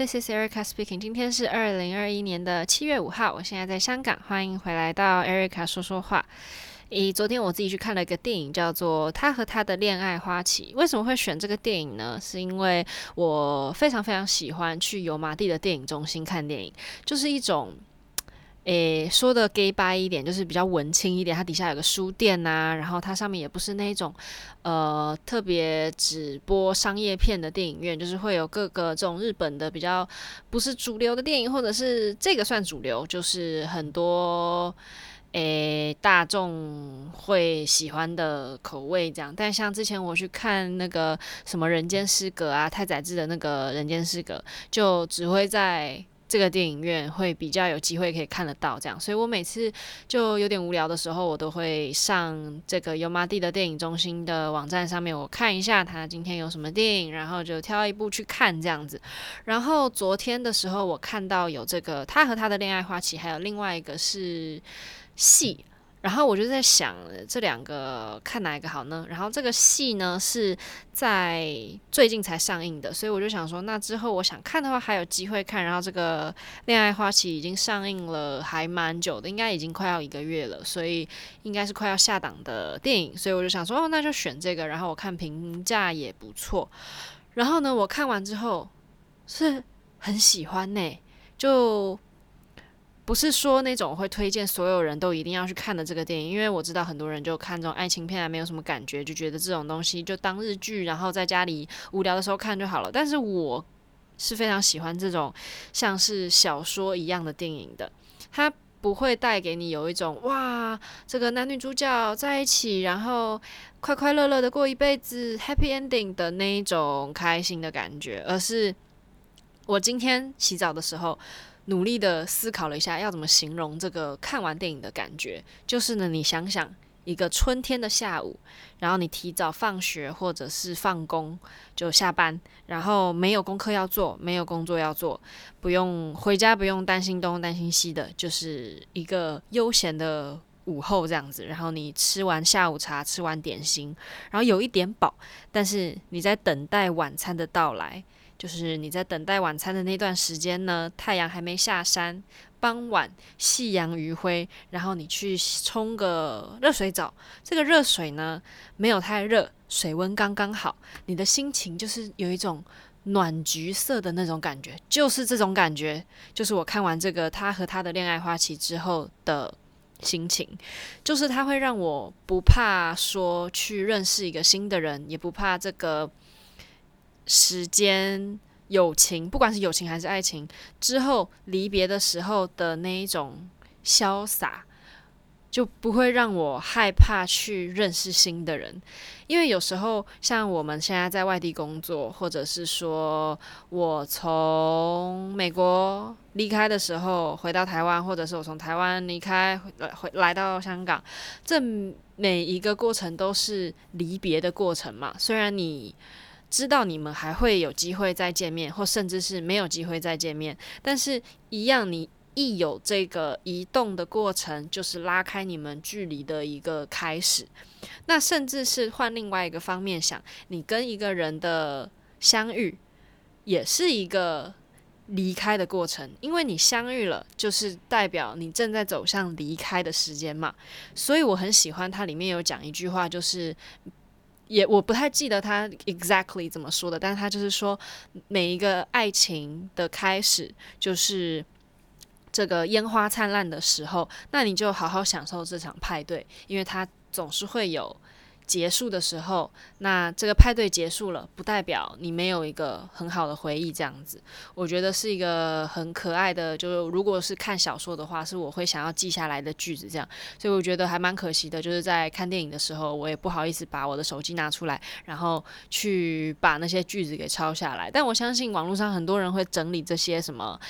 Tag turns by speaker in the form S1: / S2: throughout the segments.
S1: This is Erica speaking. 今天是2021年的7月5号，我现在在香港，欢迎回来到 Erica 说说话。昨天我自己去看了一个电影，叫做《他和他的恋爱花期》。为什么会选这个电影呢？是因为我非常非常喜欢去油麻地的电影中心看电影，就是一种说的 gay 掰一点，就是比较文青一点。它底下有个书店啊，然后它上面也不是那种特别只播商业片的电影院，就是会有各个这种日本的比较不是主流的电影，或者是这个算主流，就是很多大众会喜欢的口味这样。但像之前我去看那个什么人间失格啊，太宰治的那个人间失格，就只会在这个电影院会比较有机会可以看得到这样，所以我每次就有点无聊的时候，我都会上这个油麻地的电影中心的网站上面，我看一下他今天有什么电影，然后就挑一部去看这样子。然后昨天的时候，我看到有这个他和他的恋爱花期，还有另外一个是戏。然后我就在想，这两个看哪一个好呢？然后这个戏呢是在最近才上映的，所以我就想说，那之后我想看的话还有机会看。然后这个恋爱花期已经上映了，还蛮久的，应该已经快要1个月了，所以应该是快要下档的电影。所以我就想说，那就选这个。然后我看评价也不错，然后呢，我看完之后是很喜欢呢，就不是说那种会推荐所有人都一定要去看的这个电影，因为我知道很多人就看这种爱情片还没有什么感觉，就觉得这种东西就当日剧，然后在家里无聊的时候看就好了。但是我是非常喜欢这种像是小说一样的电影的，它不会带给你有一种哇，这个男女主角在一起，然后快快乐乐的过一辈子 happy ending 的那一种开心的感觉，而是我今天洗澡的时候努力的思考了一下，要怎么形容这个看完电影的感觉。就是呢，你想想一个春天的下午，然后你提早放学或者是放工就下班，然后没有功课要做，没有工作要做，不用回家，不用担心东担心西的，就是一个悠闲的午后这样子。然后你吃完下午茶，吃完点心，然后有一点饱，但是你在等待晚餐的到来。就是你在等待晚餐的那段时间呢，太阳还没下山，傍晚夕阳余晖，然后你去冲个热水澡，这个热水呢没有太热，水温刚刚好，你的心情就是有一种暖橘色的那种感觉，就是这种感觉，就是我看完这个他和他的恋爱花期之后的心情，就是它会让我不怕说去认识一个新的人，也不怕这个时间、友情，不管是友情还是爱情，之后离别的时候的那一种潇洒，就不会让我害怕去认识新的人。因为有时候像我们现在在外地工作，或者是说我从美国离开的时候回到台湾，或者是我从台湾离开来到香港，这每一个过程都是离别的过程嘛。虽然你知道你们还会有机会再见面，或甚至是没有机会再见面，但是一样，你一有这个移动的过程，就是拉开你们距离的一个开始。那甚至是换另外一个方面想，你跟一个人的相遇，也是一个离开的过程，因为你相遇了，就是代表你正在走向离开的时间嘛。所以我很喜欢它里面有讲一句话，就是我不太记得他 exactly 怎么说的，但是他就是说，每一个爱情的开始就是这个烟花灿烂的时候，那你就好好享受这场派对，因为它总是会有结束的时候。那这个派对结束了，不代表你没有一个很好的回忆，这样子，我觉得是一个很可爱的。就如果是看小说的话，是我会想要记下来的句子，这样。所以我觉得还蛮可惜的，就是在看电影的时候，我也不好意思把我的手机拿出来，然后去把那些句子给抄下来。但我相信网络上很多人会整理这些什么，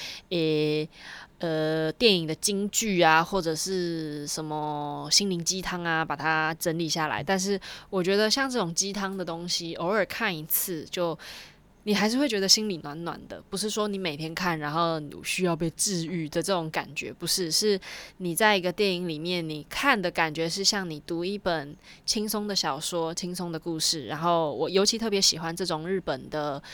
S1: 电影的金句啊，或者是什么心灵鸡汤啊，把它整理下来。但是我觉得像这种鸡汤的东西，偶尔看一次，就你还是会觉得心里暖暖的。不是说你每天看，然后你需要被治愈的这种感觉，不是，是你在一个电影里面，你看的感觉是像你读一本轻松的小说、轻松的故事。然后我尤其特别喜欢这种日本的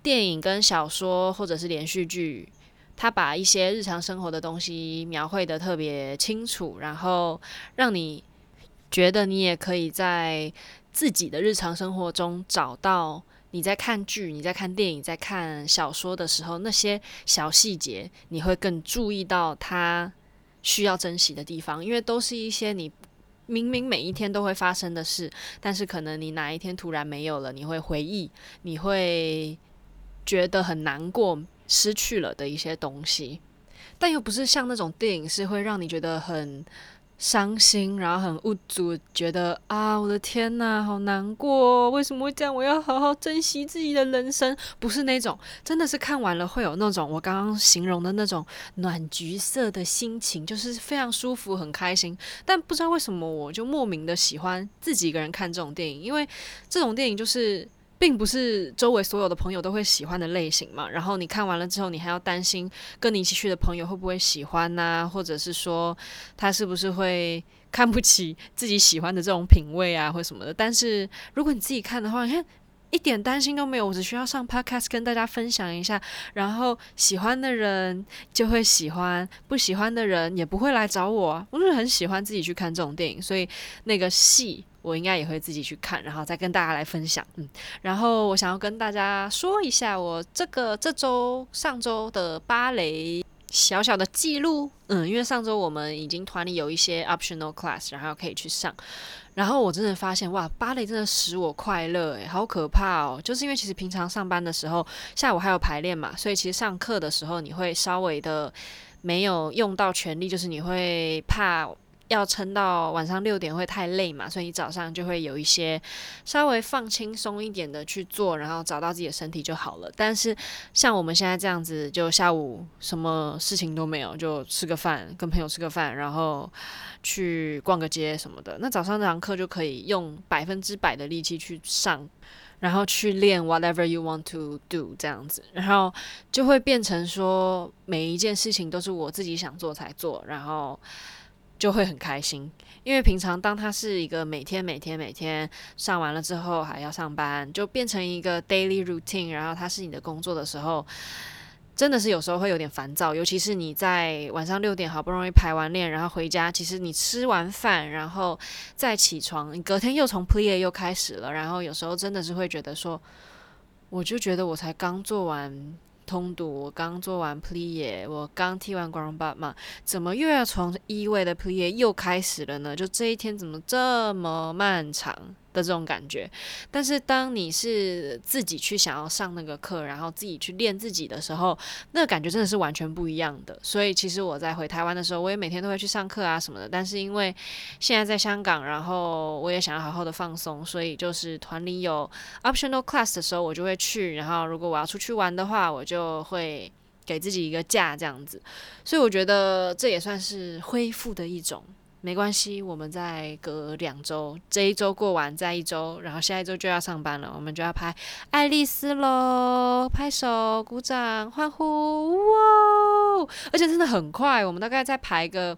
S1: 电影跟小说或者是连续剧，它把一些日常生活的东西描绘得特别清楚，然后让你觉得你也可以在自己的日常生活中找到你在看剧、你在看电影、在看小说的时候那些小细节，你会更注意到它需要珍惜的地方，因为都是一些你明明每一天都会发生的事，但是可能你哪一天突然没有了，你会回忆，你会觉得很难过，失去了的一些东西。但又不是像那种电影是会让你觉得很伤心，然后很无助，觉得啊，我的天哪，好难过哦，为什么会这样？我要好好珍惜自己的人生。不是那种，真的是看完了会有那种我刚刚形容的那种暖橘色的心情，就是非常舒服、很开心。但不知道为什么，我就莫名的喜欢自己一个人看这种电影，因为这种电影就是并不是周围所有的朋友都会喜欢的类型嘛。然后你看完了之后，你还要担心跟你一起去的朋友会不会喜欢啊，或者是说他是不是会看不起自己喜欢的这种品味啊，或什么的。但是如果你自己看的话，你看一点担心都没有，我只需要上 podcast 跟大家分享一下，然后喜欢的人就会喜欢，不喜欢的人也不会来找我啊。我就是很喜欢自己去看这种电影，所以那个戏我应该也会自己去看，然后再跟大家来分享。然后我想要跟大家说一下我上周的芭蕾小小的记录。因为上周我们已经团里有一些 optional class， 然后可以去上。然后我真的发现，哇，芭蕾真的使我快乐耶，好可怕哦！就是因为其实平常上班的时候，下午还有排练嘛，所以其实上课的时候你会稍微的没有用到全力，就是你会怕要撑到晚上6点会太累嘛，所以你早上就会有一些稍微放轻松一点的去做，然后找到自己的身体就好了。但是像我们现在这样子，就下午什么事情都没有，就吃个饭，跟朋友吃个饭，然后去逛个街什么的，那早上那堂课就可以用100%的力气去上，然后去练 whatever you want to do 这样子，然后就会变成说每一件事情都是我自己想做才做，然后就会很开心。因为平常当它是一个每天上完了之后还要上班，就变成一个 daily routine， 然后它是你的工作的时候，真的是有时候会有点烦躁。尤其是你在晚上6点好不容易排完练，然后回家，其实你吃完饭然后再起床，你隔天又从 plie 又开始了，然后有时候真的是会觉得说，我就觉得我才刚做完通读，我刚做完 plie， 我刚踢完 ground bar 嘛，怎么又要从1位的 plie 又开始了呢？就这一天怎么这么漫长的这种感觉。但是当你是自己去想要上那个课，然后自己去练自己的时候，那个感觉真的是完全不一样的。所以其实我在回台湾的时候，我也每天都会去上课啊什么的。但是因为现在在香港，然后我也想要好好的放松，所以就是团里有 optional class 的时候，我就会去。然后如果我要出去玩的话，我就会给自己一个假这样子。所以我觉得这也算是恢复的一种。没关系，我们再隔2周，这一周过完再1周，然后下一周就要上班了，我们就要拍爱丽丝咯，拍手、鼓掌、欢呼，哇！而且真的很快，我们大概再排个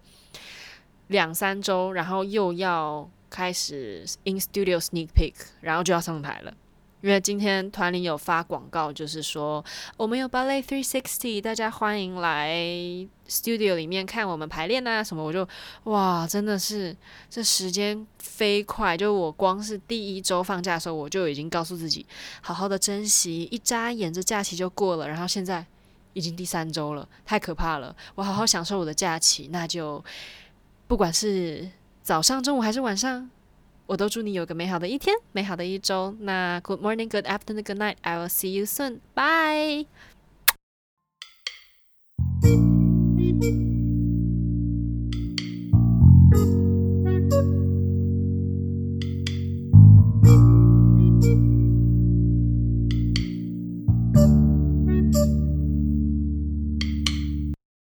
S1: 2-3周，然后又要开始 in studio sneak peek， 然后就要上台了。因为今天团里有发广告，就是说我们有 Ballet 360，大家欢迎来 studio 里面看我们排练啊什么。我就哇，真的是这时间飞快，就我光是第1周放假的时候，我就已经告诉自己好好的珍惜，一眨眼这假期就过了，然后现在已经第3周了，太可怕了。我好好享受我的假期，那就不管是早上、中午还是晚上，我都祝你有个美好的一天，美好的一周。那 Good morning, Good afternoon, Good night. I will see you soon. Bye.